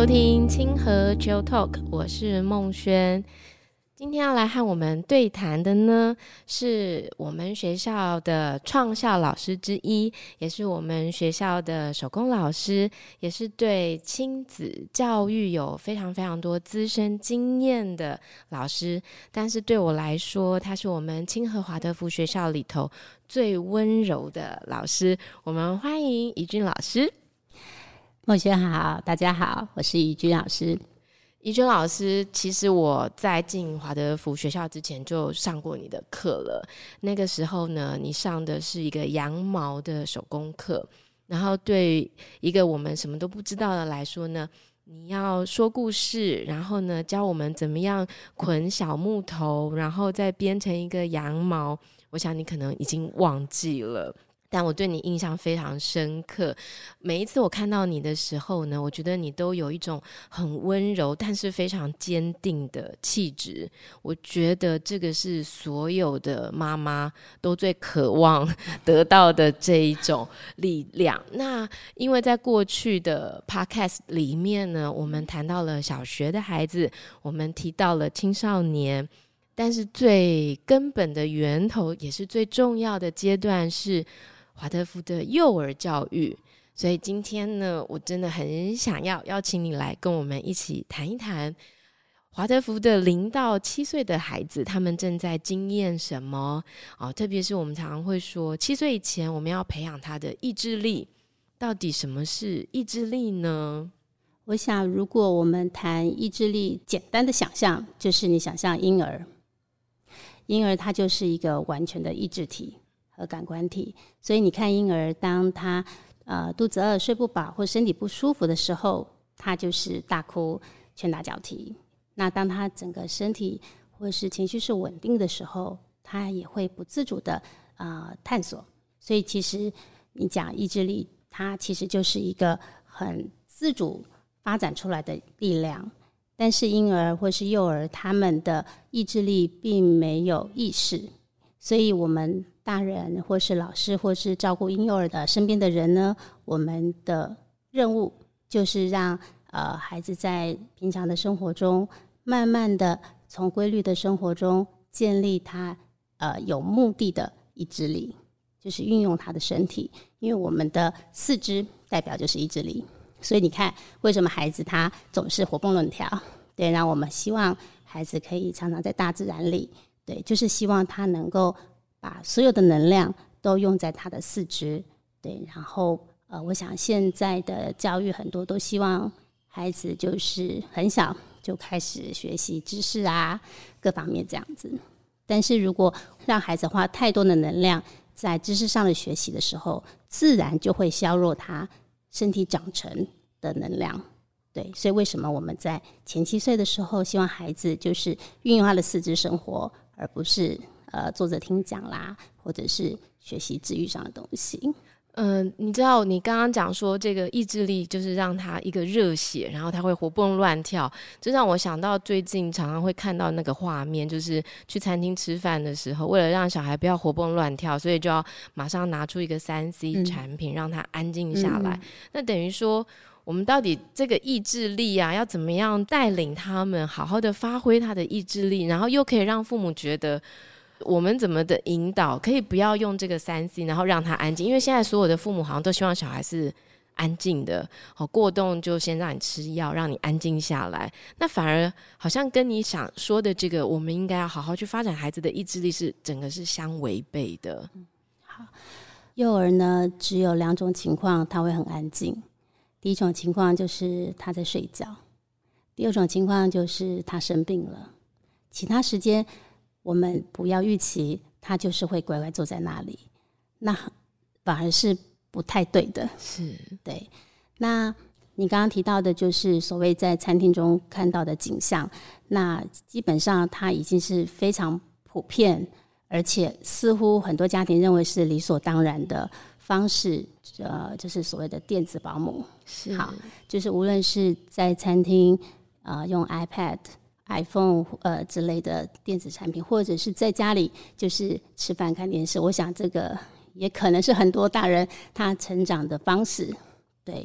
收听清河 Chill Talk， 我是孟轩。今天要来和我们对谈的呢，是我们学校的创校老师之一，也是我们学校的手工老师，也是对亲子教育有非常非常多资深经验的老师。但是对我来说，他是我们清河华德福学校里头最温柔的老师。我们欢迎怡君老师。 孟轩好，大家好，我是怡君老师。 怡君老师，其实我在进华德福学校之前就上过你的课了。那个时候呢，你上的是一个羊毛的手工课，然后对一个我们什么都不知道的来说呢，你要说故事，然后呢教我们怎么样捆小木头，然后再编成一个羊毛。我想你可能已经忘记了，但我对你印象非常深刻。每一次我看到你的时候呢，我觉得你都有一种很温柔但是非常坚定的气质。我觉得这个是所有的妈妈都最渴望得到的这一种力量。那因为在过去的 podcast 里面呢，我们谈到了小学的孩子，我们提到了青少年，但是最根本的源头也是最重要的阶段是华德福的幼儿教育。所以今天呢，我真的很想要邀请你来跟我们一起谈一谈华德福的0到7岁的孩子，他们正在经验什么特别是我们常常会说7岁以前我们要培养他的意志力。到底什么是意志力呢？ 我想如果我们谈意志力，简单的想象就是你想象婴儿它就是一个完全的意志体和感官体。所以你看婴儿当他肚子饿、睡不饱或身体不舒服的时候，他就是大哭、拳打脚踢。那当他整个身体或是情绪是稳定的时候，他也会不自主的探索。所以其实你讲意志力，它其实就是一个很自主发展出来的力量。但是婴儿或是幼儿，他们的意志力并没有意识，所以我们大人或是老师或是照顾婴幼儿的身边的人呢，我们的任务就是让孩子在平常的生活中慢慢的从规律的生活中建立他有目的的意志力，就是运用他的身体。因为我们的四肢代表就是意志力，所以你看为什么孩子他总是活蹦乱跳，对，让我们希望孩子可以常常在大自然里，对，就是希望他能够把所有的能量都用在他的四肢，对。然后我想现在的教育很多都希望孩子就是很小就开始学习知识各方面这样子。但是如果让孩子花太多的能量在知识上的学习的时候，自然就会削弱他身体长成的能量，对。所以为什么我们在前7岁的时候希望孩子就是运用他的四肢生活，而不是坐着听讲啦，或者是学习治愈上的东西。 你知道你刚刚讲说这个意志力就是让他一个热血，然后他会活蹦乱跳，这让我想到最近常常会看到那个画面，就是去餐厅吃饭的时候，为了让小孩不要活蹦乱跳，所以就要马上拿出一个3C 产品让他安静下来。那等于说我们到底这个意志力要怎么样带领他们好好的发挥他的意志力，然后又可以让父母觉得我们怎么的引导可以不要用这个3C， 然后让他安静。因为现在所有的父母好像都希望小孩是安静的，过动就先让你吃药让你安静下来，那反而好像跟你想说的这个我们应该要好好去发展孩子的意志力是整个是相违背的。 好，幼儿呢只有2种情况他会很安静。第一种情况就是他在睡觉，第二种情况就是他生病了。其他时间我们不要预期他就是会乖乖坐在那里，那反而是不太对的。 是， 对。那你刚刚提到的就是所谓在餐厅中看到的景象，那基本上它已经是非常普遍，而且似乎很多家庭认为是理所当然的方式，就是所谓的电子保姆。 是， 好，就是无论是在餐厅用 iPad、iPhone 之类的电子产品，或者是在家里就是吃饭看电视，我想这个也可能是很多大人他成长的方式。对，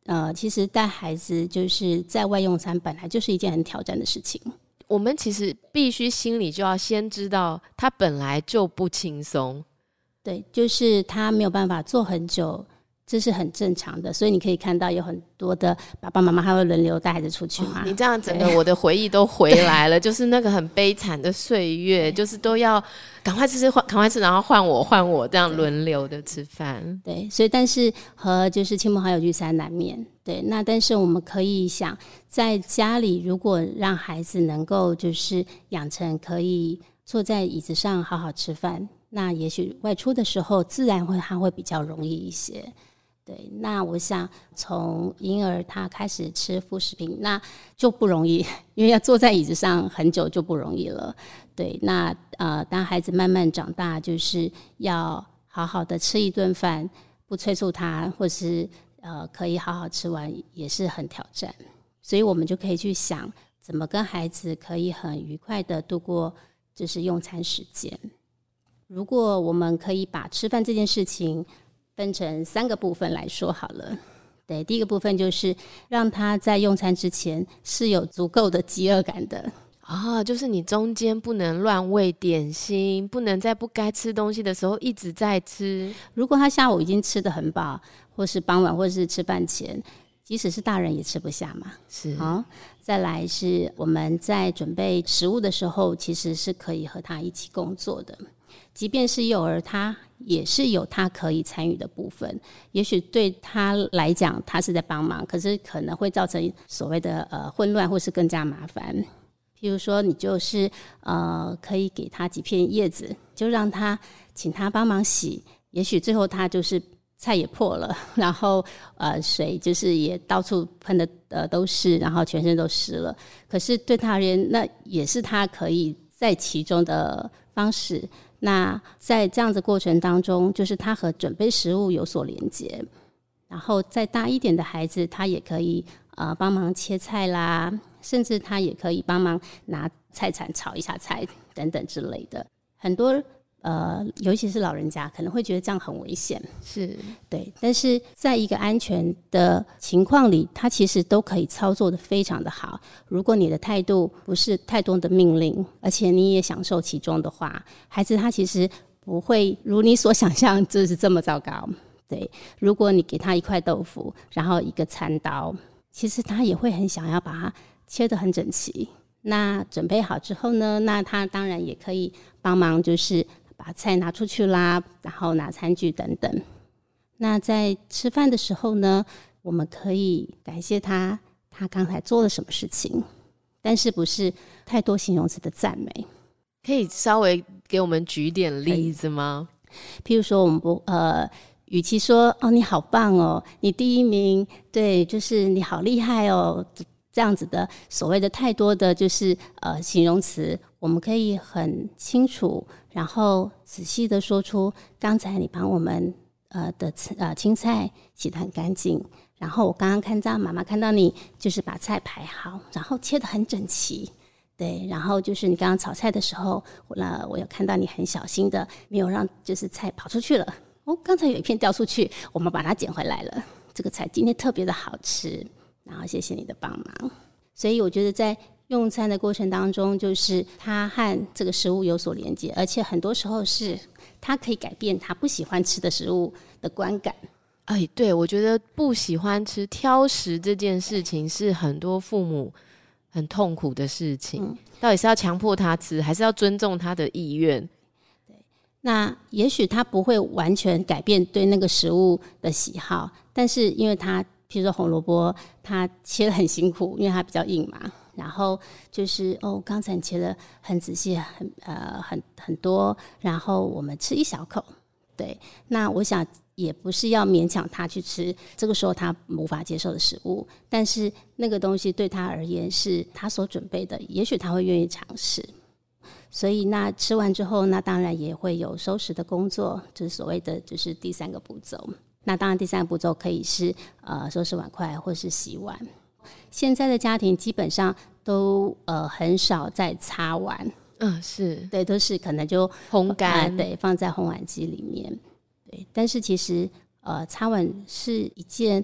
其实带孩子就是在外用餐本来就是一件很挑战的事情。 我们其实必须心里就要先知道他本来就不轻松， 对，就是他没有办法做很久，这是很正常的。所以你可以看到有很多的爸爸妈妈还会轮流带孩子出去嘛。 你这样整个我的回忆都回来了，就是那个很悲惨的岁月，就是都要赶快吃，赶快吃，然后换我这样轮流的吃饭。 对，所以但是和就是亲朋好友聚餐难免。对，那但是我们可以想，在家里如果让孩子能够就是养成可以坐在椅子上好好吃饭，那也许外出的时候自然他会比较容易一些。对，那我想从婴儿他开始吃副食品，那就不容易，因为要坐在椅子上很久就不容易了。对，那当孩子慢慢长大，就是要好好的吃一顿饭，不催促他，或是可以好好吃完，也是很挑战。所以我们就可以去想，怎么跟孩子可以很愉快的度过就是用餐时间。如果我们可以把吃饭这件事情分成3个部分来说好了。对，第一个部分就是让他在用餐之前是有足够的饥饿感的。 就是你中间不能乱喂点心，不能在不该吃东西的时候一直在吃。 如果他下午已经吃得很饱，或是傍晚或是吃饭前，即使是大人也吃不下嘛。 是。 好，再来是我们在准备食物的时候，其实是可以和他一起工作的。即便是幼儿，他也是有他可以参与的部分。也许对他来讲，他是在帮忙，可是可能会造成所谓的混乱，或是更加麻烦。譬如说，你就是可以给他几片叶子，就让他请他帮忙洗。也许最后他就是菜也破了，然后水就是也到处喷的都是，然后全身都湿了。可是对他而言，那也是他可以在其中的方式。那在这样子过程当中，就是他和准备食物有所连结。然后再大一点的孩子，他也可以帮忙切菜啦，甚至他也可以帮忙拿菜铲炒一下菜等等之类的。很多尤其是老人家可能会觉得这样很危险， 是对，但是在一个安全的情况里，他其实都可以操作的非常的好。如果你的态度不是太多的命令，而且你也享受其中的话，孩子他其实不会如你所想象就是这么糟糕。对，如果你给他一块豆腐，然后一个餐刀，其实他也会很想要把它切得很整齐。那准备好之后呢，那他当然也可以帮忙，就是把菜拿出去啦，然后拿餐具等等。那在吃饭的时候呢，我们可以感谢他刚才做了什么事情，但是不是太多形容词的赞美。 可以稍微给我们举点例子吗？ 譬如说我们与其说你好棒哦，你第1名，对，就是你好厉害哦，这样子的所谓的太多的就是形容词，我们可以很清楚然后仔细的说出刚才你帮我们的青菜洗得很干净，然后我刚刚看到妈妈看到你就是把菜排好，然后切得很整齐，对，然后就是你刚刚炒菜的时候，我有看到你很小心的没有让就是菜跑出去了，刚才有一片掉出去，我们把它捡回来了，这个菜今天特别的好吃，然后谢谢你的帮忙。所以我觉得在用餐的过程当中，就是他和这个食物有所连接，而且很多时候是他可以改变他不喜欢吃的食物的观感。 对，我觉得不喜欢吃挑食这件事情是很多父母很痛苦的事情，到底是要强迫他吃，还是要尊重他的意愿？ 那也许他不会完全改变对那个食物的喜好，但是因为他譬如说红萝卜他切得很辛苦，因为它比较硬嘛，然后就是刚才你切得很仔细，很多，然后我们吃一小口，对，那我想也不是要勉强他去吃这个时候他无法接受的食物，但是那个东西对他而言是他所准备的，也许他会愿意尝试。所以那吃完之后，那当然也会有收拾的工作，就是所谓的就是第3个步骤。那当然第3个步骤可以是收拾碗筷或是洗碗。现在的家庭基本上都很少在擦碗， 是， 对，都是可能就烘干， 对，放在烘碗机里面，对。但是其实擦碗是一件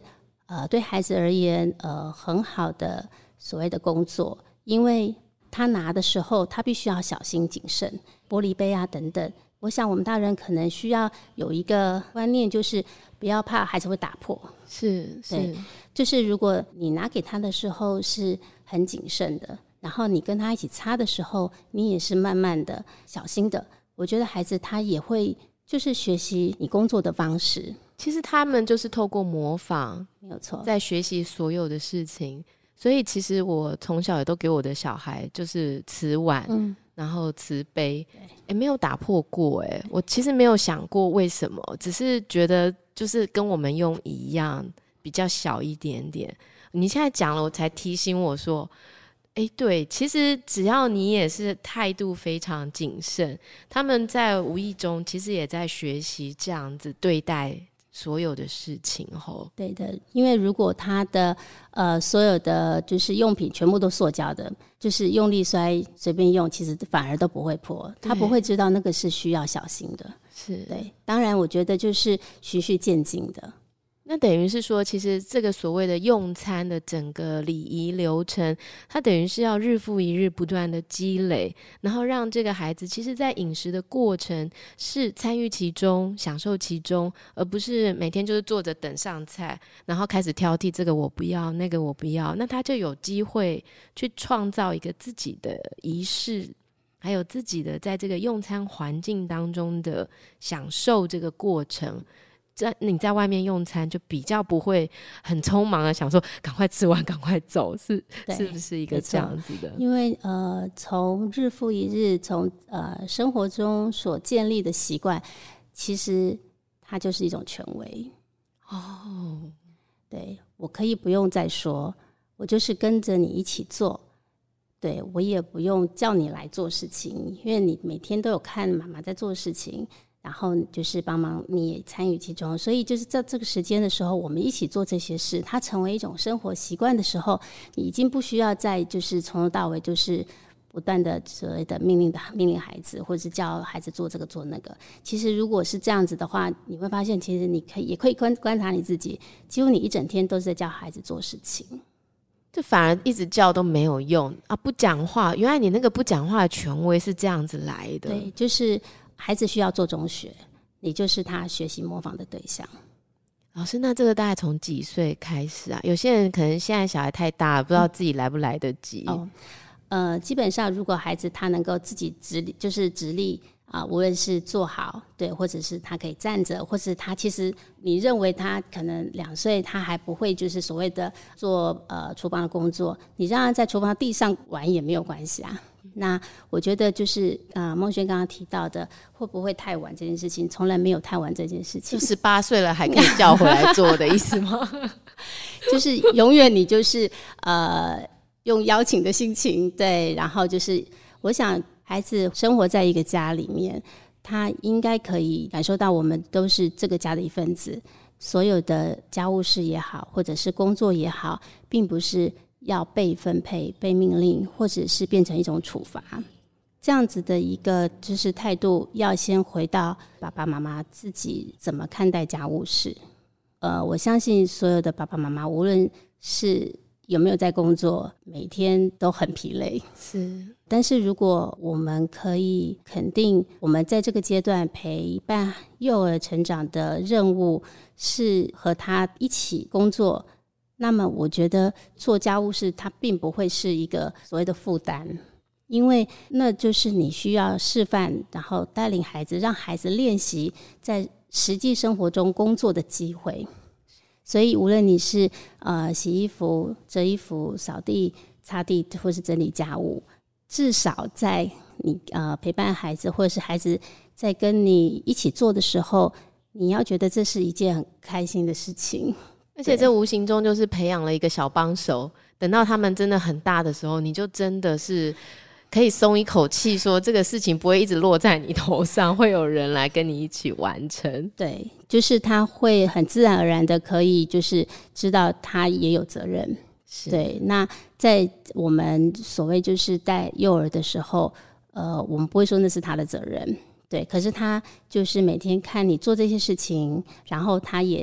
对孩子而言很好的所谓的工作，因为他拿的时候他必须要小心谨慎，玻璃杯啊等等。我想我们大人可能需要有一个观念，就是不要怕孩子会打破。 是， 就是如果你拿给他的时候是很谨慎的，然后你跟他一起擦的时候你也是慢慢的小心的，我觉得孩子他也会就是学习你工作的方式。 其实他们就是透过模仿， 没有错， 在学习所有的事情。所以其实我从小也都给我的小孩就是瓷碗，然后瓷杯，没有打破过。我其实没有想过为什么，只是觉得就是跟我们用一样，比较小一点点。你现在讲了，我才提醒我说对，其实只要你也是态度非常谨慎，他们在无意中其实也在学习这样子对待所有的事情后。 对的，因为如果他的所有的就是用品全部都塑胶的，就是用力摔随便用，其实反而都不会破，他不会知道那个是需要小心的。 是， 对，当然我觉得就是循序渐进的。 那等于是说，其实这个所谓的用餐的整个礼仪流程，它等于是要日复一日不断的积累，然后让这个孩子其实在饮食的过程是参与其中，享受其中，而不是每天就是坐着等上菜，然后开始挑剔这个我不要那个我不要。那他就有机会去创造一个自己的仪式，还有自己的在这个用餐环境当中的享受这个过程。你在外面用餐就比较不会很匆忙的想说赶快吃完赶快走，是不是一个这样子的？ 因为从日复一日，从生活中所建立的习惯，其实它就是一种权威。对，我可以不用再说，我就是跟着你一起做，对，我也不用叫你来做事情，因为你每天都有看妈妈在做事情，然后就是帮忙你也参与其中，所以就是在这个时间的时候我们一起做这些事，它成为一种生活习惯的时候，你已经不需要再就是从头到尾就是不断的所谓的命令孩子，或者是叫孩子做这个做那个。其实如果是这样子的话，你会发现其实你也可以观察你自己，几乎你一整天都是在叫孩子做事情， 就反而一直叫都没有用啊！不讲话，原来你那个不讲话的权威是这样子来的。 对，就是孩子需要做中学，你就是他学习模仿的对象。 老师，那这个大概从几岁开始啊？有些人可能现在小孩太大了，不知道自己来不来得及。 基本上如果孩子他能够自己直立无论是坐好，对，或者是他可以站着，或是他其实你认为他可能2岁他还不会就是所谓的做厨房的工作，你让他在厨房地上玩也没有关系啊。那我觉得就是孟轩刚刚提到的会不会太晚这件事情，从来没有太晚这件事情。 就18岁了还可以叫回来做的意思吗？ 就是永远你就是用邀请的心情，对，然后就是我想孩子生活在一个家里面，他应该可以感受到我们都是这个家的一份子，所有的家务事也好，或者是工作也好，并不是要被分配、被命令，或者是变成一种处罚。这样子的一个就是态度，要先回到爸爸妈妈自己怎么看待家务事。我相信所有的爸爸妈妈，无论是有没有在工作，每天都很疲累。 是， 但是如果我们可以肯定，我们在这个阶段陪伴幼儿成长的任务是和他一起工作，那么我觉得做家务事它并不会是一个所谓的负担，因为那就是你需要示范，然后带领孩子，让孩子练习在实际生活中工作的机会。所以无论你是洗衣服、折衣服、扫地、擦地或是整理家务，至少在你陪伴孩子，或者是孩子在跟你一起做的时候，你要觉得这是一件很开心的事情， 而且这无形中就是培养了一个小帮手，等到他们真的很大的时候，你就真的是可以松一口气，说这个事情不会一直落在你头上，会有人来跟你一起完成。 对，就是他会很自然而然的可以就是知道他也有责任。对，那在我们所谓就是带幼儿的时候，我们不会说那是他的责任，对，可是他就是每天看你做这些事情，然后他也慢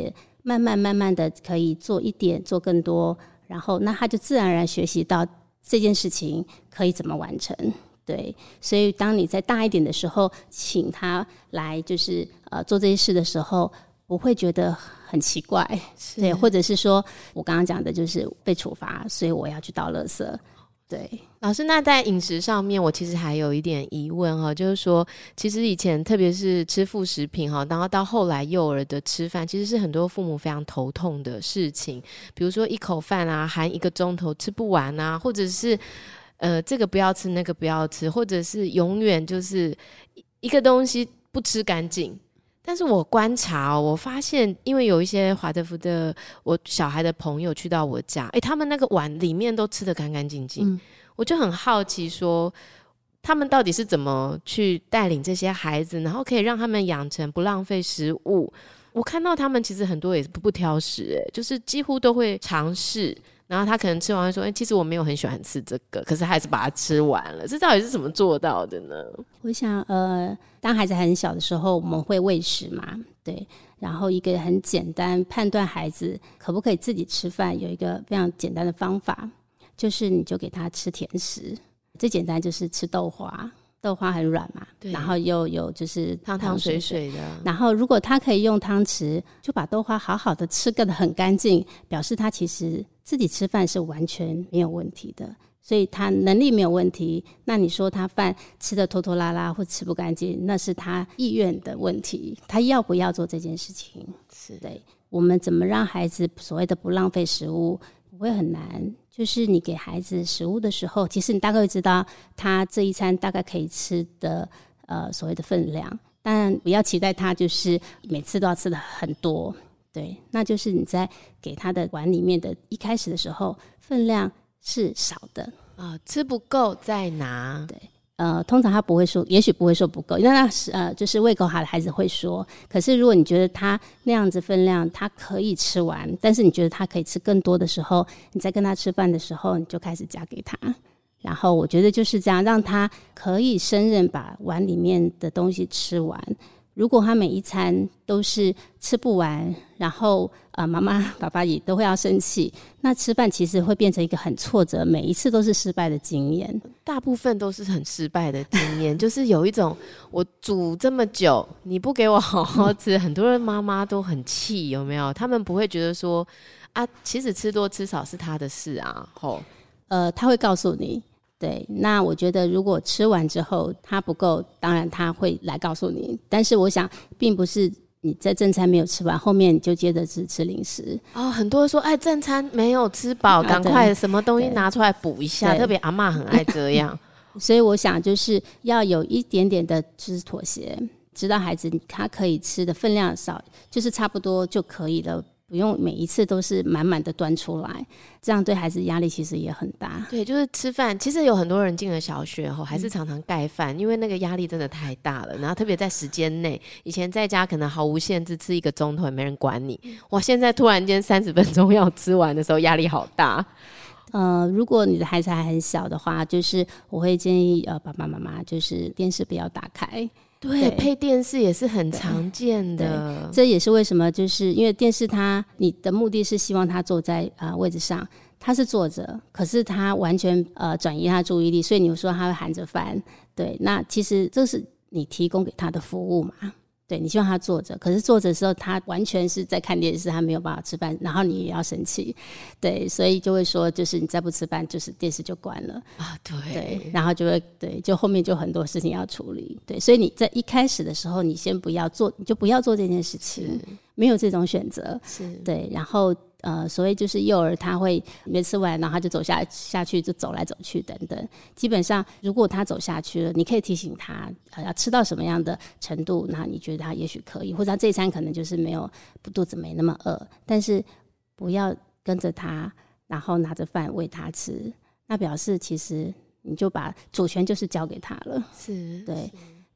慢慢的可以做一点，做更多，然后那他就自然而然学习到这件事情可以怎么完成。对，所以当你在大一点的时候，请他来就是做这些事的时候，不会觉得很奇怪。对，或者是说我刚刚讲的就是被处罚，所以我要去倒垃圾。对， 老师，那在饮食上面，我其实还有一点疑问哈，就是说，其实以前特别是吃副食品哈，然后到后来幼儿的吃饭，其实是很多父母非常头痛的事情，比如说一口饭啊，含1个钟头吃不完啊，或者是这个不要吃，那个不要吃，或者是永远就是一个东西不吃干净。但是我观察我发现，因为有一些华德福的我小孩的朋友去到我家，他们那个碗里面都吃得干干净净，我就很好奇说，他们到底是怎么去带领这些孩子，然后可以让他们养成不浪费食物。我看到他们其实很多也不挑食，就是几乎都会尝试，然后他可能吃完会说其实我没有很喜欢吃这个，可是还是把它吃完了。这到底是怎么做到的呢？ 我想当孩子很小的时候我们会喂食嘛，对，然后一个很简单判断孩子可不可以自己吃饭有一个非常简单的方法，就是你就给他吃甜食。最简单就是吃豆花，豆花很软嘛，然后又有就是汤汤水水的， 然后如果他可以用汤匙就把豆花好好的吃个很干净，表示他其实自己吃饭是完全没有问题的，所以他能力没有问题。那你说他饭吃的拖拖拉拉或吃不干净，那是他意愿的问题，他要不要做这件事情。 是对，我们怎么让孩子所谓的不浪费食物不会很难，就是你给孩子食物的时候，其实你大概会知道他这一餐大概可以吃的所谓的分量，当然不要期待他就是每次都要吃的很多。对，那就是你在给他的碗里面的一开始的时候分量是少的吃不够再拿。 对，通常他不会说，也许不会说不够，因为他就是胃口好的孩子会说。可是如果你觉得他那样子分量他可以吃完，但是你觉得他可以吃更多的时候，你在跟他吃饭的时候你就开始加给他。然后我觉得就是这样，让他可以胜任把碗里面的东西吃完。如果他每一餐都是吃不完，然后妈妈爸爸也都会要生气，那吃饭其实会变成一个很挫折，每一次都是失败的经验。 大部分都是很失败的经验就是有一种我煮这么久你不给我好好吃很多人妈妈都很气，有没有？他们不会觉得说其实吃多吃少是他的事啊。 他会告诉你。对，那我觉得如果吃完之后他不够，当然他会来告诉你，但是我想并不是你在正餐没有吃完，后面你就接着吃零食。 很多人说正餐没有吃饱，赶快什么东西拿出来补一下，特别阿嬷很爱这样所以我想就是要有一点点的就是妥协，知道孩子他可以吃的分量少，就是差不多就可以了，不用每一次都是满满的端出来，这样对孩子压力其实也很大。 对，就是吃饭，其实有很多人进了小学后还是常常盖饭，因为那个压力真的太大了，然后特别在时间内，以前在家可能毫无限制吃1个钟头也没人管你，哇，现在突然间30分钟要吃完的时候压力好大。 如果你的孩子还很小的话，就是我会建议爸爸妈妈就是电视不要打开。 对，配电视也是很常见的。 这也是为什么，就是因为电视你的目的是希望他坐在位置上，他是坐着，可是他完全转移他注意力，所以你说他会含着饭。对，那其实这是你提供给他的服务嘛。对，你希望他坐着，可是坐着的时候他完全是在看电视，他没有办法吃饭，然后你也要生气。对，所以就会说就是你再不吃饭就是电视就关了对，然后就会就后面就很多事情要处理。对，所以你在一开始的时候你先不要做，你就不要做这件事情，没有这种选择。对，然后所谓就是幼儿他会没吃完，然后他就走下去，就走来走去等等。基本上如果他走下去了，你可以提醒他要吃到什么样的程度，那你觉得他也许可以，或者他这一餐可能就是肚子没那么饿，但是不要跟着他然后拿着饭喂他吃，那表示其实你就把主权就是交给他了。 是， 对。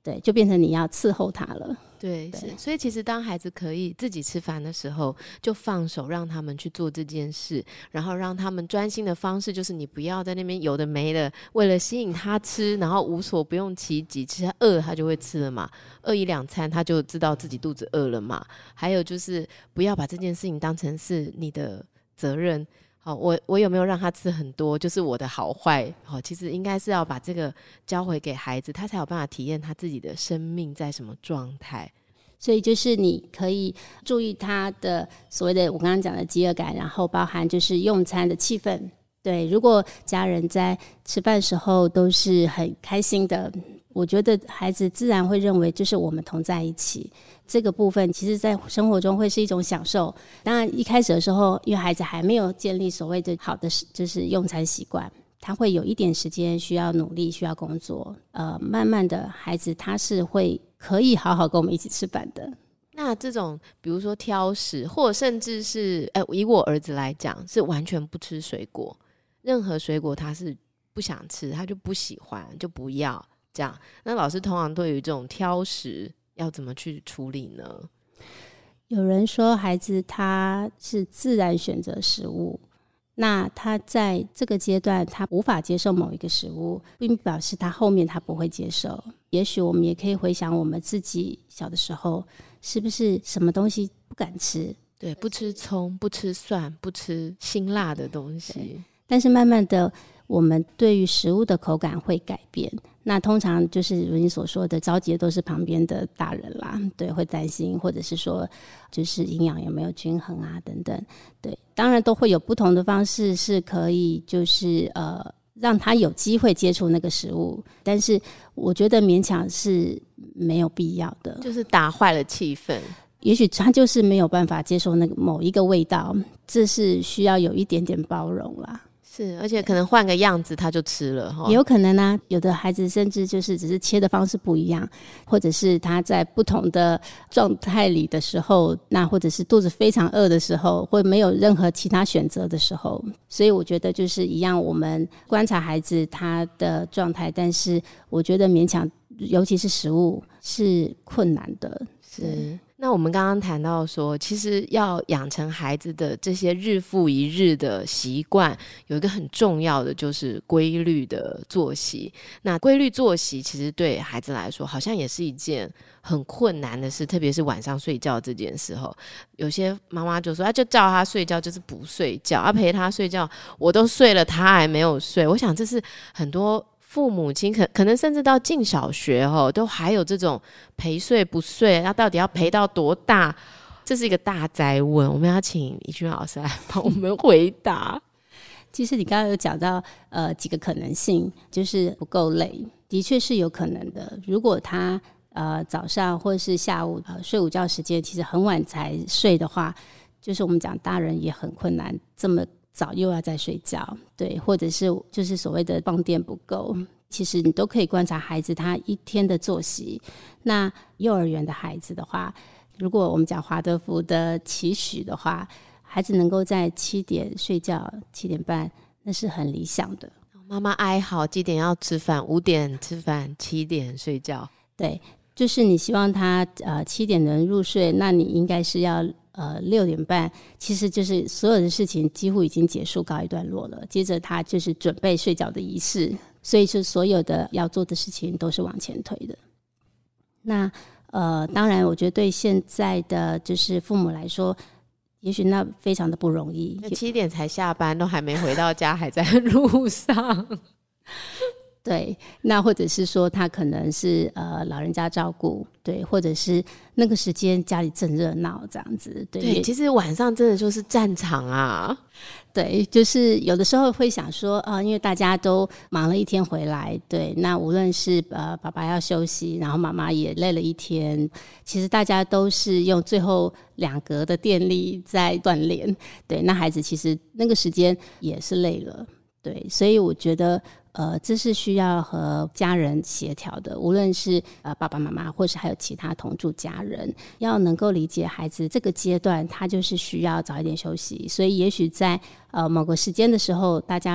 对，就变成你要伺候他了。 对，是，所以其实当孩子可以自己吃饭的时候，就放手让他们去做这件事，然后让他们专心的方式就是你不要在那边有的没的，为了吸引他吃，然后无所不用其极。其实他饿他就会吃了嘛，饿一两餐他就知道自己肚子饿了嘛。还有就是不要把这件事情当成是你的责任。好，我有没有让他吃很多就是我的好坏。好，其实应该是要把这个交回给孩子，他才有办法体验他自己的生命在什么状态。 所以就是你可以注意他的所谓的我刚刚讲的饥饿感，然后包含就是用餐的气氛。对，如果家人在吃饭的时候都是很开心的，我觉得孩子自然会认为就是我们同在一起，这个部分其实在生活中会是一种享受。当然一开始的时候，因为孩子还没有建立所谓的好的就是用餐习惯，他会有一点时间需要努力，需要工作，慢慢的孩子他是会可以好好跟我们一起吃饭的。 那这种比如说挑食，或者甚至是以我儿子来讲是完全不吃水果，任何水果他是不想吃，他就不喜欢，就不要这样。那老师通常对于这种挑食要怎么去处理呢？ 有人说孩子他是自然选择食物，那他在这个阶段他无法接受某一个食物，并不表示他后面他不会接受。也许我们也可以回想我们自己小的时候，是不是什么东西不敢吃？ 对，不吃葱，不吃蒜，不吃辛辣的东西。 但是慢慢的我们对于食物的口感会改变，那通常就是如你所说的着急的都是旁边的大人啦，对，会担心，或者是说就是营养有没有均衡啊等等。对，当然都会有不同的方式是可以就是让他有机会接触那个食物，但是我觉得勉强是没有必要的， 就是打坏了气氛。 也许他就是没有办法接受那个某一个味道，这是需要有一点点包容啦。 是，而且可能换个样子他就吃了， 也有可能啊，有的孩子甚至就是只是切的方式不一样，或者是他在不同的状态里的时候，那或者是肚子非常饿的时候，或没有任何其他选择的时候。所以我觉得就是一样，我们观察孩子他的状态，但是我觉得勉强尤其是食物是困难的。 是，那我们刚刚谈到说，其实要养成孩子的这些日复一日的习惯，有一个很重要的就是规律的作息。那规律作息其实对孩子来说好像也是一件很困难的事，特别是晚上睡觉这件事候，有些妈妈就说就叫他睡觉就是不睡觉，陪他睡觉，我都睡了他还没有睡。我想这是很多父母亲可能甚至到进小学都还有这种陪睡不睡，那到底要陪到多大？这是一个大哉问，我们要请怡君老师来帮我们回答。 其实你刚刚有讲到几个可能性，就是不够累，的确是有可能的。如果他早上或是下午睡午觉时间其实很晚才睡的话，就是我们讲大人也很困难，这么早又要再睡觉，对，或者是就是所谓的放电不够，其实你都可以观察孩子他一天的作息。那幼儿园的孩子的话，如果我们讲华德福的期许的话，孩子能够在7点睡觉，7点半，那是很理想的。 妈妈哀嚎几点要吃饭，5点吃饭，7点睡觉。 对，就是你希望他7点能入睡，那你应该是要6点半，其实就是所有的事情几乎已经结束告一段落了，接着他就是准备睡觉的仪式，所以是所有的要做的事情都是往前推的。那当然我觉得对现在的就是父母来说，也许那非常的不容易 ，7点才下班，都还没回到家，还在路上。 对，那或者是说他可能是老人家照顾，对，或者是那个时间家里正热闹这样子。 对，其实晚上真的就是战场啊。 对，就是有的时候会想说因为大家都忙了一天回来，对，那无论是爸爸要休息，然后妈妈也累了一天，其实大家都是用最后2格的电力在锻炼，对，那孩子其实那个时间也是累了，对，所以我觉得这是需要和家人协调的，无论是爸爸妈妈或是还有其他同住家人，要能够理解孩子这个阶段他就是需要早一点休息，所以也许在某个时间的时候大家是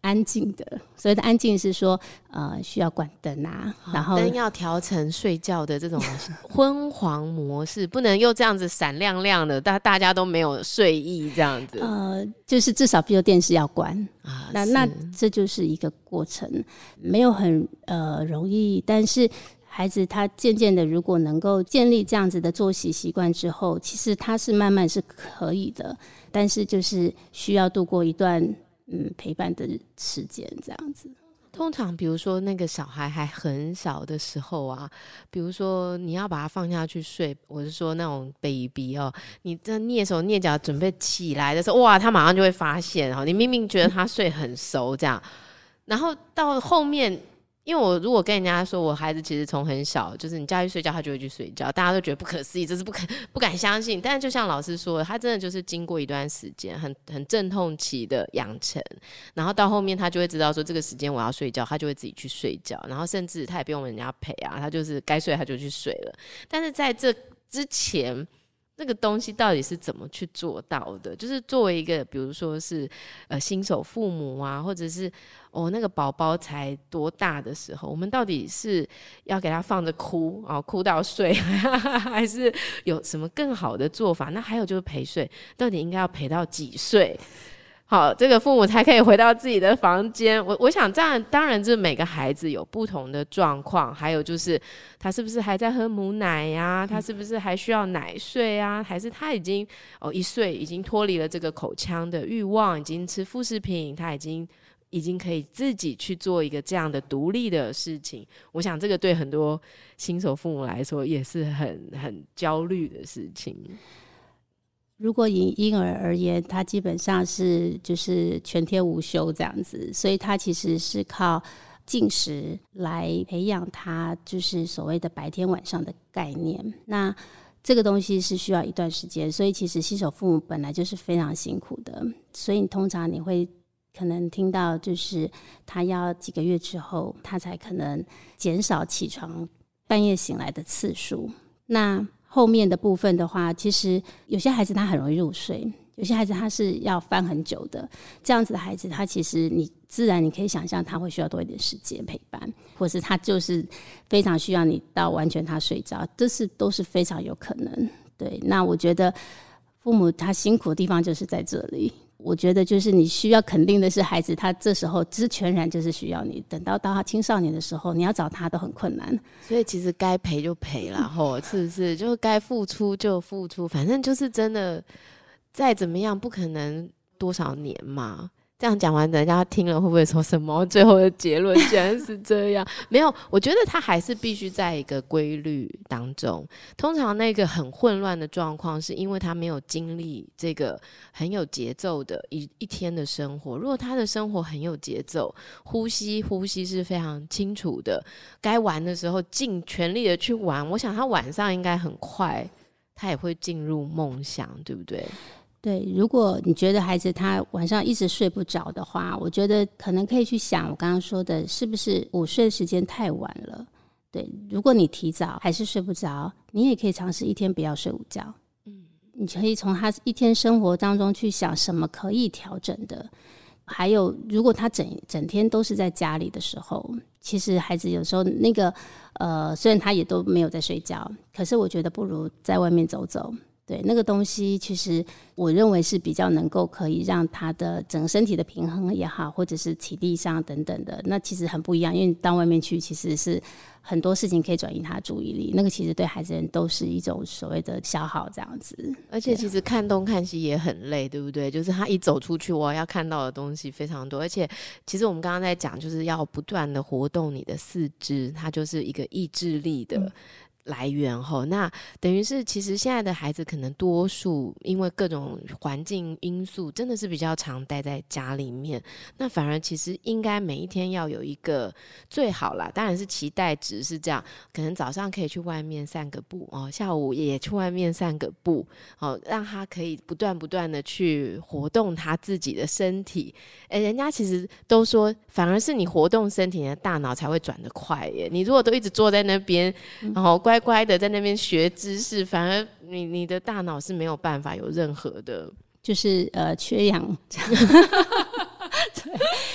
安静的。所谓的安静是说需要关灯啊，然后灯要调成睡觉的这种昏黄模式，不能又这样子闪亮亮的，大家都没有睡意这样子。 就是至少比如电视要关啊，那这就是一个过程，没有很容易，但是孩子他渐渐的如果能够建立这样子的作息习惯之后，其实他是慢慢是可以的，但是就是需要度过一段陪伴的时间这样子。 通常比如说那个小孩还很小的时候啊，比如说你要把他放下去睡，我是说那种 baby 哦，你这蹑手蹑脚准备起来的时候，哇，他马上就会发现你明明觉得他睡很熟这样，然后到后面，因为我如果跟人家说我孩子其实从很小就是你叫他去睡觉他就会去睡觉，大家都觉得不可思议，这是不敢相信，但是就像老师说的，他真的就是经过一段时间很阵痛期的养成，然后到后面他就会知道说这个时间我要睡觉，他就会自己去睡觉，然后甚至他也不用人家陪啊，他就是该睡他就去睡了。但是在这之前那个东西到底是怎么去做到的？就是作为一个比如说是新手父母啊，或者是那个宝宝才多大的时候，我们到底是要给他放着哭哭到睡还是有什么更好的做法？那还有就是陪睡，到底应该要陪到几岁好，这个父母才可以回到自己的房间。我想这样，当然是每个孩子有不同的状况，还有就是他是不是还在喝母奶呀？他是不是还需要奶睡啊？还是他已经1岁已经脱离了这个口腔的欲望，已经吃副食品，他已经可以自己去做一个这样的独立的事情。我想这个对很多新手父母来说也是很焦虑的事情。 如果以婴儿而言，他基本上是就是全天无休这样子，所以他其实是靠进食来培养他就是所谓的白天晚上的概念。那这个东西是需要一段时间，所以其实新手父母本来就是非常辛苦的，所以通常你会可能听到就是他要几个月之后他才可能减少起床半夜醒来的次数。那后面的部分的话，其实有些孩子他很容易入睡，有些孩子他是要翻很久的，这样子的孩子他其实你自然你可以想象他会需要多一点时间陪伴，或是他就是非常需要你到完全他睡着，这是都是非常有可能。对，那我觉得父母他辛苦的地方就是在这里，我觉得就是你需要肯定的是孩子他这时候只全然就是需要你，等到他青少年的时候你要找他都很困难， 所以其实该陪就陪啦是不是就该付出就付出，反正就是真的再怎么样不可能多少年嘛。这样讲完人家听了会不会说什么最后的结论居然是这样没有，我觉得他还是必须在一个规律当中。通常那个很混乱的状况是因为他没有经历这个很有节奏的一天的生活。如果他的生活很有节奏，呼吸是非常清楚的，该玩的时候尽全力的去玩，我想他晚上应该很快他也会进入梦乡，对不对？ 对，如果你觉得孩子他晚上一直睡不着的话，我觉得可能可以去想我刚刚说的是不是午睡的时间太晚了。对，如果你提早还是睡不着，你也可以尝试一天不要睡午觉。你可以从他一天生活当中去想什么可以调整的。还有如果他整天都是在家里的时候，其实孩子有时候那个虽然他也都没有在睡觉，可是我觉得不如在外面走走。对，那个东西其实我认为是比较能够可以让他的整个身体的平衡也好，或者是体力上等等的，那其实很不一样。因为到外面去其实是很多事情可以转移他的注意力，那个其实对孩子人都是一种所谓的消耗这样子。 而且其实看东看西也很累，对不对？就是他一走出去我要看到的东西非常多，而且其实我们刚刚在讲就是要不断的活动你的四肢，它就是一个意志力的来源那等于是其实现在的孩子可能多数因为各种环境因素真的是比较常待在家里面，那反而其实应该每一天要有一个最好啦，当然是期待值是这样，可能早上可以去外面散个步下午也去外面散个步让他可以不断的去活动他自己的身体人家其实都说反而是你活动身体，你的大脑才会转得快耶。你如果都一直坐在那边然后乖乖的在那边学知识，反而你的大脑是没有办法有任何的就是缺氧对，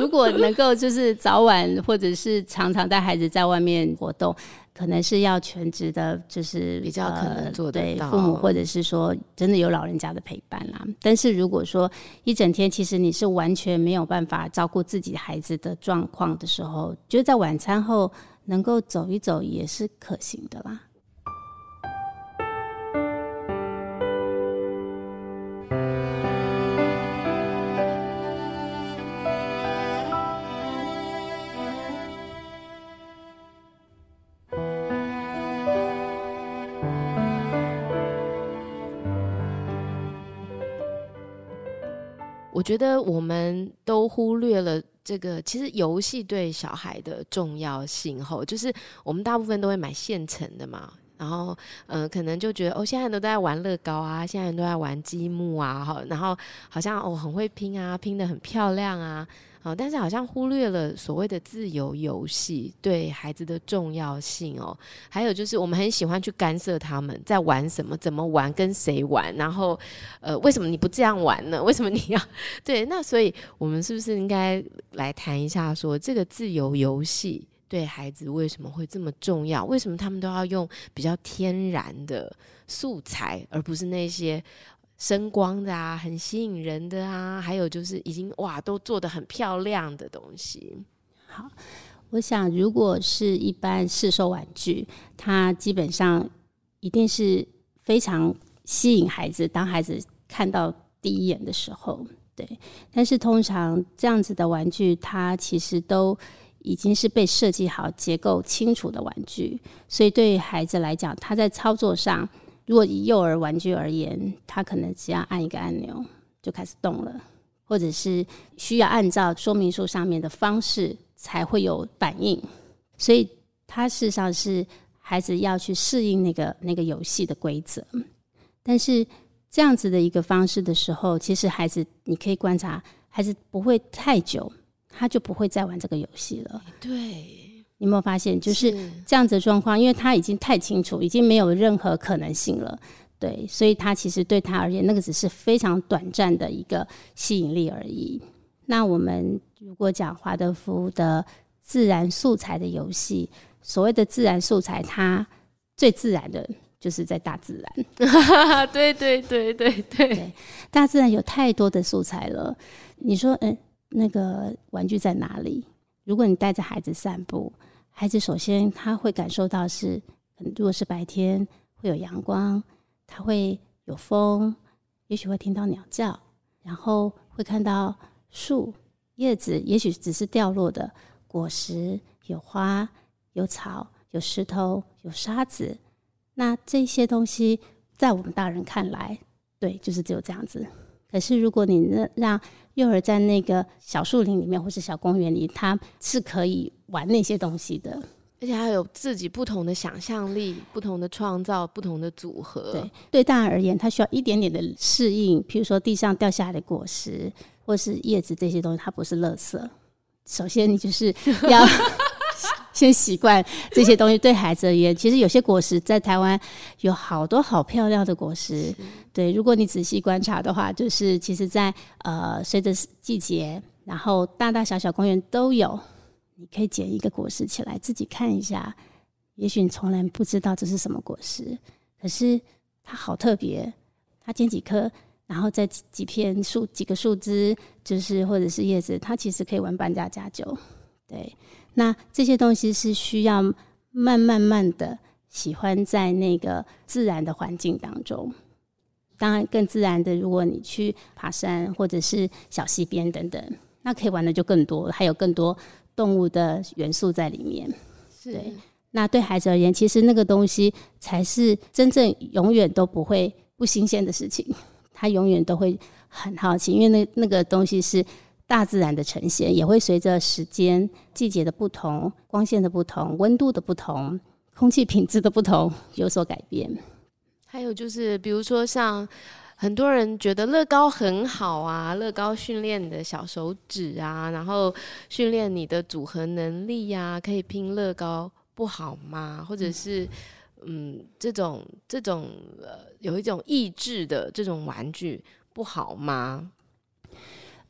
如果能够就是早晚或者是常常带孩子在外面活动，可能是要全职的，就是比较可能做得到， 对父母，或者是说真的有老人家的陪伴啦。但是如果说一整天其实你是完全没有办法照顾自己孩子的状况的时候，觉得在晚餐后能够走一走也是可行的啦。 我觉得我们都忽略了这个，其实游戏对小孩的重要性后，就是我们大部分都会买现成的嘛，然后可能就觉得现在人都在玩乐高啊，现在人都在玩积木啊，然后好像很会拼啊，拼得很漂亮啊，但是好像忽略了所谓的自由游戏对孩子的重要性还有就是我们很喜欢去干涉他们在玩什么，怎么玩，跟谁玩，然后为什么你不这样玩呢？为什么你要对？那所以我们是不是应该来谈一下说这个自由游戏对孩子为什么会这么重要？为什么他们都要用比较天然的素材，而不是那些声光的啊，很吸引人的啊，还有就是已经都做得很漂亮的东西？ 好，我想如果是一般市售玩具，它基本上一定是非常吸引孩子，当孩子看到第一眼的时候，对。但是通常这样子的玩具，它其实都已经是被设计好、结构清楚的玩具，所以对于孩子来讲，他在操作上，如果以幼儿玩具而言，他可能只要按一个按钮就开始动了，或者是需要按照说明书上面的方式才会有反应，所以它事实上是孩子要去适应那个游戏的规则。但是这样子的一个方式的时候，其实孩子你可以观察，孩子不会太久，他就不会再玩这个游戏了。 对， 你有没有发现就是这样子的状况？因为他已经太清楚，已经没有任何可能性了，对，所以他其实对他而言，那个只是非常短暂的一个吸引力而已。那我们如果讲华德福的自然素材的游戏，所谓的自然素材，它最自然的就是在大自然。 对对对对对， 大自然有太多的素材了。你说，那个玩具在哪里？如果你带着孩子散步，孩子首先他会感受到是，如果是白天会有阳光，他会有风，也许会听到鸟叫，然后会看到树叶子，也许只是掉落的果实，有花，有草，有石头，有沙子。那这些东西在我们大人看来，对，就是只有这样子。可是如果你让幼儿在那个小树林里面或是小公园里，他是可以玩那些东西的， 而且还有自己不同的想象力，不同的创造，不同的组合。 对，对大人而言，他需要一点点的适应。譬如说地上掉下来的果实或是叶子，这些东西它不是垃圾。首先你就是要先习惯这些东西。对孩子而言，其实有些果实在台湾有好多好漂亮的果实，对，如果你仔细观察的话，就是其实在随着季节，然后大大小小公园都有，你可以捡一个果实起来自己看一下，也许你从来不知道这是什么果实，可是它好特别，它捡几颗，然后再几个树枝，就是或者是叶子，它其实可以玩扮家家酒。对，那这些东西是需要慢慢的喜欢在那个自然的环境当中。当然更自然的，如果你去爬山或者是小溪边等等，那可以玩的就更多了，还有更多动物的元素在里面。对，那对孩子而言，其实那个东西才是真正永远都不会不新鲜的事情，他永远都会很好奇，因为那个东西是大自然的呈现，也会随着时间季节的不同，光线的不同，温度的不同，空气品质的不同有所改变。 还有就是比如说像很多人觉得乐高很好啊，乐高训练你的小手指啊，然后训练你的组合能力啊，可以拼乐高不好吗？或者是这种有一种益智的这种玩具不好吗？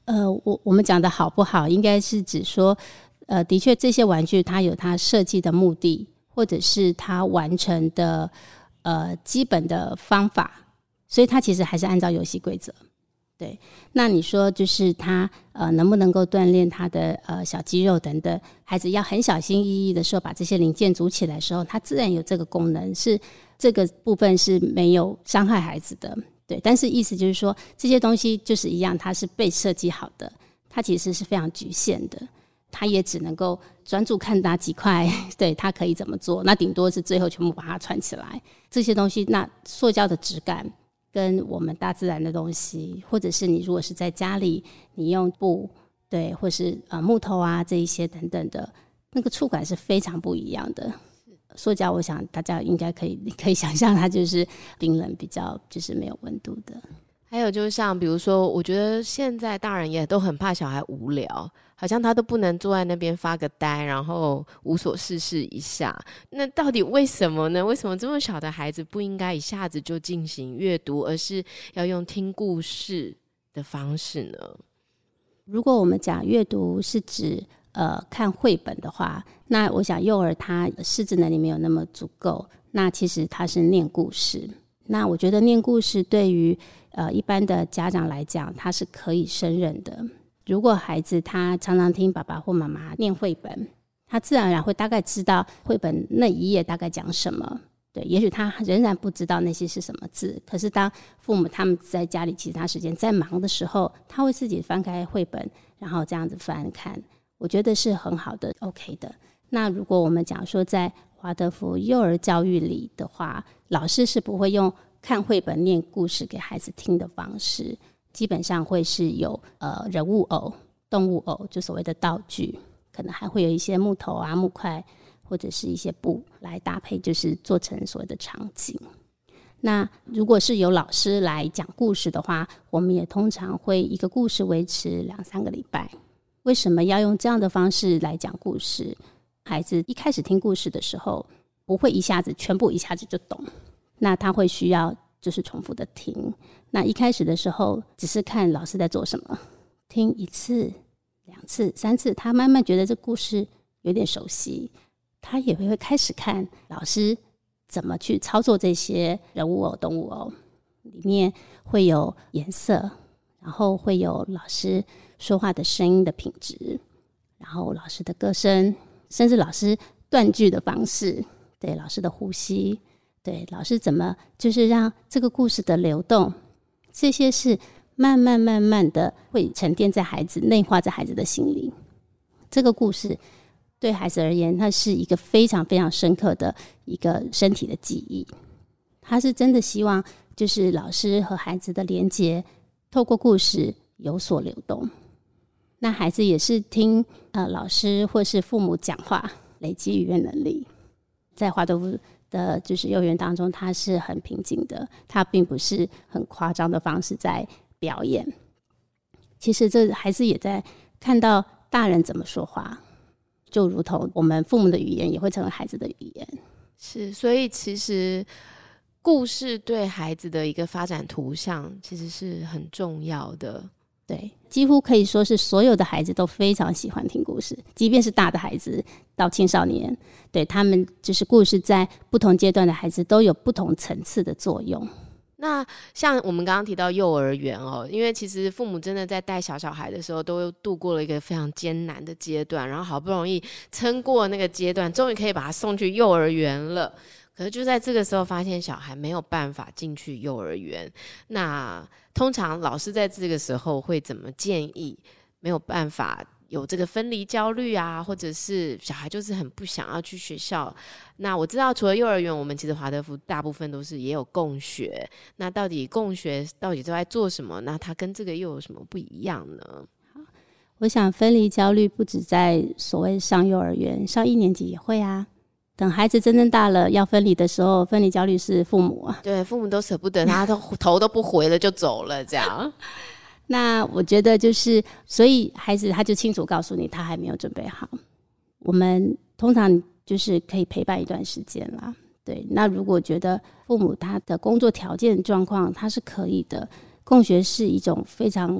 我们讲的好不好，应该是指说，的确这些玩具它有它设计的目的，或者是它完成的基本的方法，所以它其实还是按照游戏规则。对，那你说就是他能不能够锻炼他的小肌肉等等，孩子要很小心翼翼的时候把这些零件组起来的时候，他自然有这个功能，是这个部分是没有伤害孩子的。对，但是意思就是说这些东西就是一样，它是被设计好的，它其实是非常局限的，他也只能够专注看哪几块，对，他可以怎么做，那顶多是最后全部把它串起来。这些东西，那塑胶的质感跟我们大自然的东西，或者是你如果是在家里你用布，对，或是木头啊这一些等等的，那个触感是非常不一样的。塑胶我想大家应该可以想象，它就是冰冷，比较就是没有温度的。 还有就像比如说，我觉得现在大人也都很怕小孩无聊，好像他都不能坐在那边发个呆，然后无所事事一下。那到底为什么呢？为什么这么小的孩子不应该一下子就进行阅读，而是要用听故事的方式呢？ 如果我们讲阅读是指看绘本的话，那我想幼儿他识字能力没有那么足够，那其实他是念故事。那我觉得念故事对于一般的家长来讲，他是可以胜任的。如果孩子他常常听爸爸或妈妈念绘本，他自然而然会大概知道绘本那一页大概讲什么。对，也许他仍然不知道那些是什么字，可是当父母他们在家里其他时间在忙的时候，他会自己翻开绘本，然后这样子翻看，我觉得是很好的 OK 的。那如果我们讲说在华德福幼儿教育里的话，老师是不会用看绘本念故事给孩子听的方式，基本上会是有人物偶、动物偶，就所谓的道具，可能还会有一些木头啊、木块或者是一些布来搭配，就是做成所谓的场景。那如果是由老师来讲故事的话，我们也通常会一个故事维持2-3个礼拜。为什么要用这样的方式来讲故事？孩子一开始听故事的时候不会全部一下子就懂，那他会需要就是重复的听。那一开始的时候只是看老师在做什么，听1次、2次、3次，他慢慢觉得这故事有点熟悉，他也会开始看老师怎么去操作这些人物偶、动物偶，里面会有颜色，然后会有老师说话的声音的品质，然后老师的歌声，甚至老师断句的方式，对，老师的呼吸，对，老师怎么就是让这个故事的流动，这些是慢慢的会沉淀在孩子，内化在孩子的心里。这个故事对孩子而言，它是一个非常非常深刻的一个身体的记忆。他是真的希望就是老师和孩子的连结透过故事有所流动。那孩子也是听老师或是父母讲话，累积语言能力。在华德福的就是幼儿园当中，他是很平静的，他并不是很夸张的方式在表演。其实这孩子也在看到大人怎么说话，就如同我们父母的语言也会成为孩子的语言。 是，所以其实故事对孩子的一个发展图像其实是很重要的。 对，几乎可以说是所有的孩子都非常喜欢听故事，即便是大的孩子到青少年，对，他们就是故事在不同阶段的孩子都有不同层次的作用。 那像我们刚刚提到幼儿园哦，因为其实父母真的在带小孩的时候都度过了一个非常艰难的阶段，然后好不容易撑过那个阶段，终于可以把他送去幼儿园了。可是就在这个时候发现小孩没有办法进去幼儿园，那通常老师在这个时候会怎么建议？没有办法有这个分离焦虑啊，或者是小孩就是很不想要去学校。那我知道除了幼儿园，我们其实华德福大部分都是也有共学。那到底共学到底都在做什么？那它跟这个又有什么不一样呢？ 我想分离焦虑不止在所谓上幼儿园，上1年级也会啊。等孩子真正大了要分离的时候，分离焦虑是父母啊。 对，父母都舍不得他，头都不回了就走了这样。 那我觉得就是，所以孩子他就清楚告诉你他还没有准备好。我们通常就是可以陪伴一段时间啦。对，那如果觉得父母他的工作条件状况他是可以的，共学是一种非常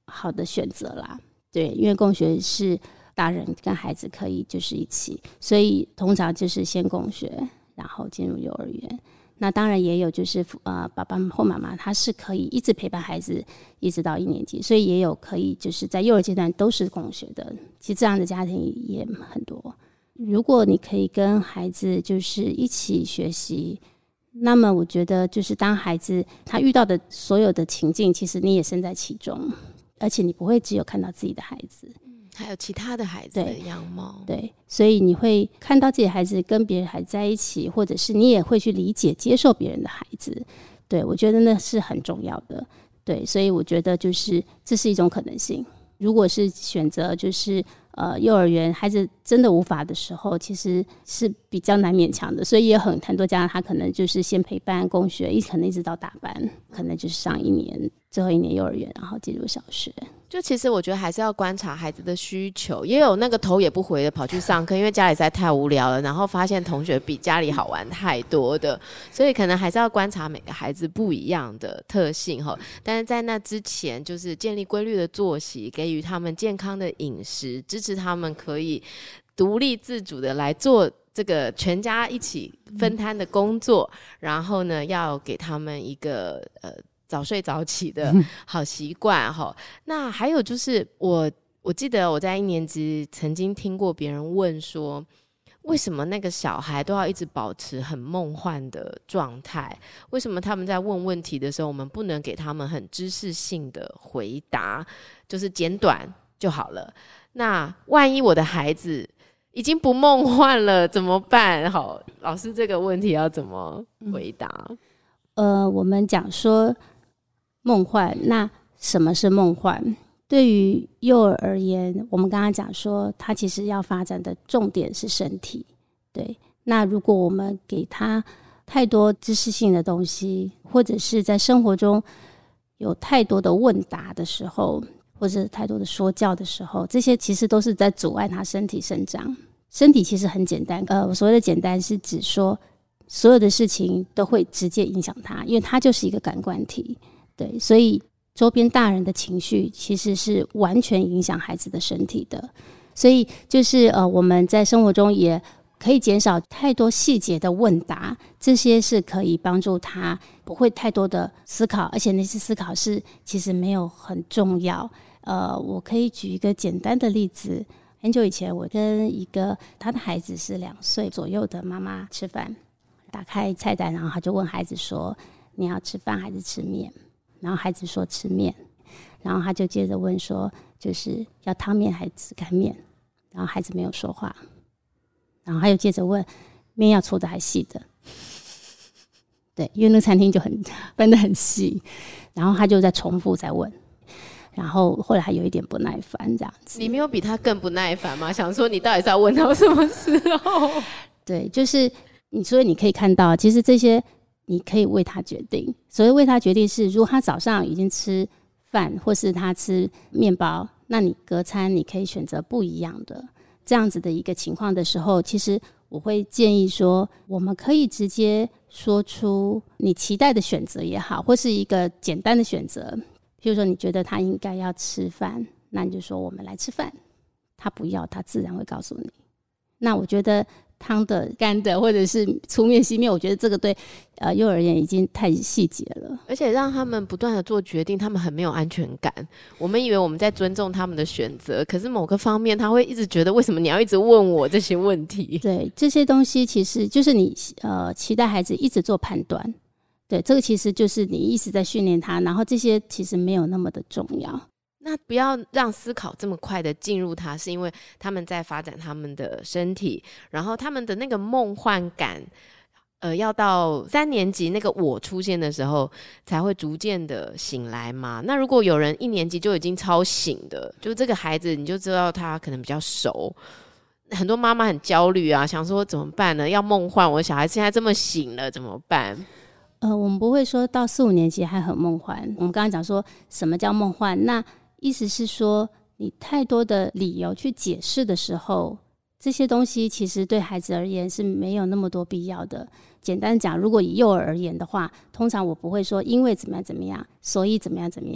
好的选择啦。对，因为共学是大人跟孩子可以就是一起，所以通常就是先共学，然后进入幼儿园。那当然也有就是爸爸或妈妈他是可以一直陪伴孩子一直到1年级，所以也有可以就是在幼儿阶段都是共学的，其实这样的家庭也很多。如果你可以跟孩子就是一起学习，那么我觉得就是当孩子他遇到的所有的情境，其实你也身在其中，而且你不会只有看到自己的孩子， 还有其他的孩子的样貌。 对，所以你会看到自己的孩子跟别人孩子在一起，或者是你也会去理解接受别人的孩子。对，我觉得那是很重要的。对，所以我觉得就是这是一种可能性。如果是选择就是幼儿园孩子真的无法的时候，其实是比较难勉强的，所以也很多家长他可能就是先陪伴共学，可能一直到大班，可能就是上1年最后1年幼儿园，然后进入小学。 就其实我觉得还是要观察孩子的需求，也有那个头也不回的跑去上课，因为家里实在太无聊了，然后发现同学比家里好玩太多的，所以可能还是要观察每个孩子不一样的特性。但是在那之前就是建立规律的作息，给予他们健康的饮食，支持他们可以独立自主的来做这个全家一起分摊的工作，然后呢要给他们一个早睡早起的好习惯。那还有就是我记得我在1年级曾经听过别人问说，为什么那个小孩都要一直保持很梦幻的状态？为什么他们在问问题的时候，我们不能给他们很知识性的回答，就是简短就好了？那万一我的孩子已经不梦幻了怎么办？好，老师这个问题要怎么回答？ 我们讲说梦幻，那什么是梦幻？对于幼儿而言，我们刚刚讲说他其实要发展的重点是身体。对，那如果我们给他太多知识性的东西，或者是在生活中有太多的问答的时候，或者太多的说教的时候，这些其实都是在阻碍他身体生长。身体其实很简单，我所谓的简单是指说所有的事情都会直接影响他，因为他就是一个感官体。对，所以周边大人的情绪其实是完全影响孩子的身体的。所以就是我们在生活中也可以减少太多细节的问答，这些是可以帮助他不会太多的思考，而且那些思考是其实没有很重要。我可以举一个简单的例子。很久以前我跟一个他的孩子是2岁左右的妈妈吃饭，打开菜单，然后他就问孩子说，你要吃饭还是吃面？然后孩子说吃面，然后他就接着问说，就是要汤面还是干面？然后孩子没有说话，然后他又接着问，面要粗的还是细的？对，因为那餐厅就分得很细，然后他就在重复在问，然后后来还有一点不耐烦这样子。 你没有比他更不耐烦吗？想说你到底是要问到什么时候？ 对，就是所以你可以看到，其实这些你可以为他决定。所谓为他决定是，如果他早上已经吃饭，或是他吃面包，那你隔餐你可以选择不一样的这样子的一个情况的时候，其实我会建议说，我们可以直接说出你期待的选择也好，或是一个简单的选择。譬如说你觉得他应该要吃饭，那你就说我们来吃饭。他不要，他自然会告诉你。那我觉得汤的、干的，或者是粗面、细面，我觉得这个对幼儿园已经太细节了， 而且让他们不断的做决定，他们很没有安全感。我们以为我们在尊重他们的选择，可是某个方面他会一直觉得，为什么你要一直问我这些问题？对， 这些东西其实就是你期待孩子一直做判断。对，这个其实就是你一直在训练他，然后这些其实没有那么的重要。 那不要让思考这么快的进入他，是因为他们在发展他们的身体，然后他们的那个梦幻感要到3年级那个我出现的时候才会逐渐的醒来嘛。那如果有人1年级就已经超醒的，就这个孩子你就知道他可能比较熟。很多妈妈很焦虑啊，想说怎么办呢？要梦幻，我小孩现在这么醒了怎么办？ 我们不会说到4、5年级还很梦幻。我们刚刚讲说什么叫梦幻，那意思是说你太多的理由去解释的时候，这些东西其实对孩子而言是没有那么多必要的。简单讲，如果以幼儿而言的话，通常我不会说因为怎么样怎么样所以怎么样怎么样，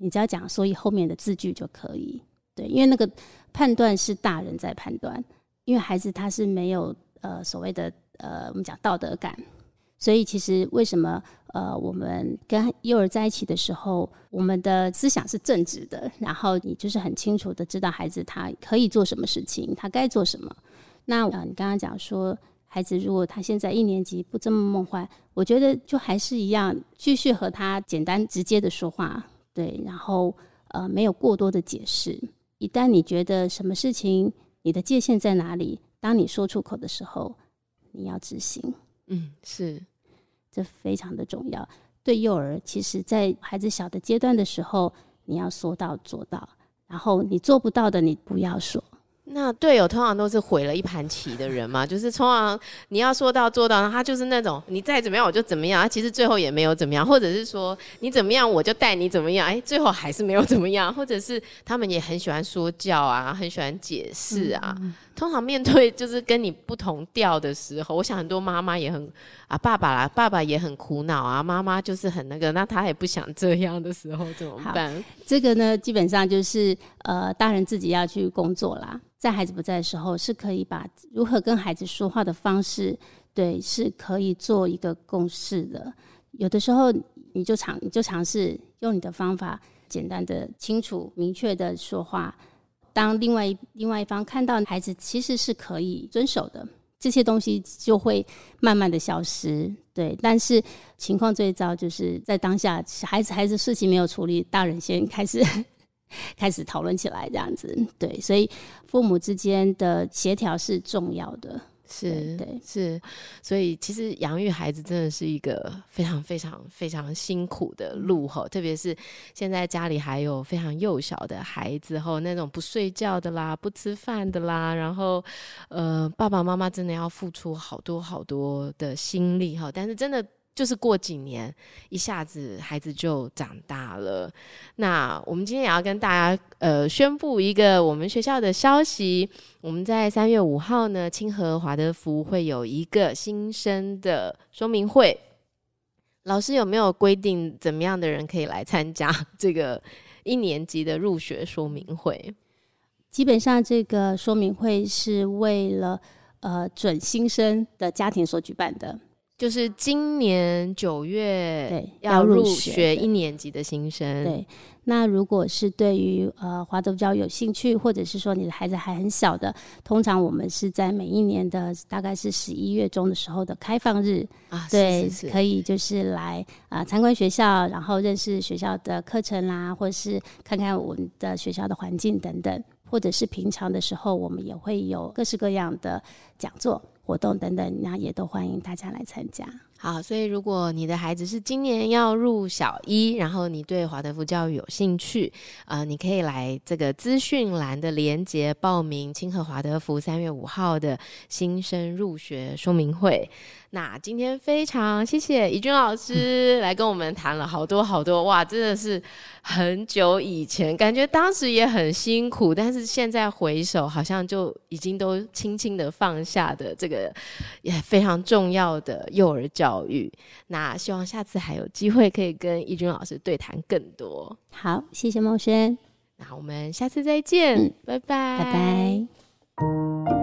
你只要讲所以后面的字句就可以。对，因为那个判断是大人在判断，因为孩子他是没有所谓的我们讲道德感，所以其实为什么我们跟幼儿在一起的时候，我们的思想是正直的，然后你就是很清楚的知道孩子他可以做什么事情，他该做什么。那你刚刚讲说孩子如果他现在1年级不这么梦幻，我觉得就还是一样，继续和他简单直接的说话，对，然后没有过多的解释。一旦你觉得什么事情你的界限在哪里，当你说出口的时候，你要执行。 是， 这非常的重要。对幼儿，其实在孩子小的阶段的时候，你要说到做到，然后你做不到的你不要说。 那队友通常都是毁了一盘棋的人嘛，就是通常你要说到做到，他就是那种你再怎么样我就怎么样，他其实最后也没有怎么样，或者是说你怎么样我就带你怎么样，最后还是没有怎么样，或者是他们也很喜欢说教啊，很喜欢解释啊。通常面对就是跟你不同调的时候，我想很多妈妈也很爸爸也很苦恼啊，妈妈就是很那个，那他也不想这样的时候怎么办？ 这个呢，基本上就是大人自己要去工作啦。在孩子不在的时候，是可以把如何跟孩子说话的方式，对，是可以做一个共识的。有的时候你就尝试用你的方法，简单的、清楚、明确的说话。当另外一方看到孩子其实是可以遵守的，这些东西就会慢慢的消失。对，但是情况最糟就是在当下，孩子事情没有处理，大人先开始讨论起来这样子。对，所以父母之间的协调是重要的。 是， 对， 是，所以其实养育孩子真的是一个非常非常非常辛苦的路吼，特别是现在家里还有非常幼小的孩子吼，那种不睡觉的啦，不吃饭的啦，然后爸爸妈妈真的要付出好多好多的心力吼，但是真的就是过几年一下子孩子就长大了。那我们今天也要跟大家宣布一个我们学校的消息，我们在3月5号呢，清河华德福会有一个新生的说明会。老师有没有规定怎么样的人可以来参加这个1年级的入学说明会？ 基本上这个说明会是为了准新生的家庭所举办的， 就是今年9月要入学1年级的新生。 对，那如果是对于华德福教育有兴趣，或者是说你的孩子还很小的，通常我们是在每一年的大概是11月中的时候的开放日对，是可以就是来参观学校，然后认识学校的课程啦，或是看看我们的学校的环境等等，或者是平常的时候我们也会有各式各样的讲座活动等等，那也都欢迎大家来参加。 好，所以如果你的孩子是今年要入小1，然后你对华德福教育有兴趣，你可以来这个资讯栏的连结报名清河华德福3月5号的新生入学说明会。那今天非常谢谢怡君老师来跟我们谈了好多好多，哇，真的是很久以前，感觉当时也很辛苦，但是现在回首好像就已经都轻轻的放下的这个也非常重要的幼儿教育。那希望下次还有机会可以跟怡君老师对谈更多。 好，谢谢孟轩， 那我们下次再见，拜拜， 拜拜。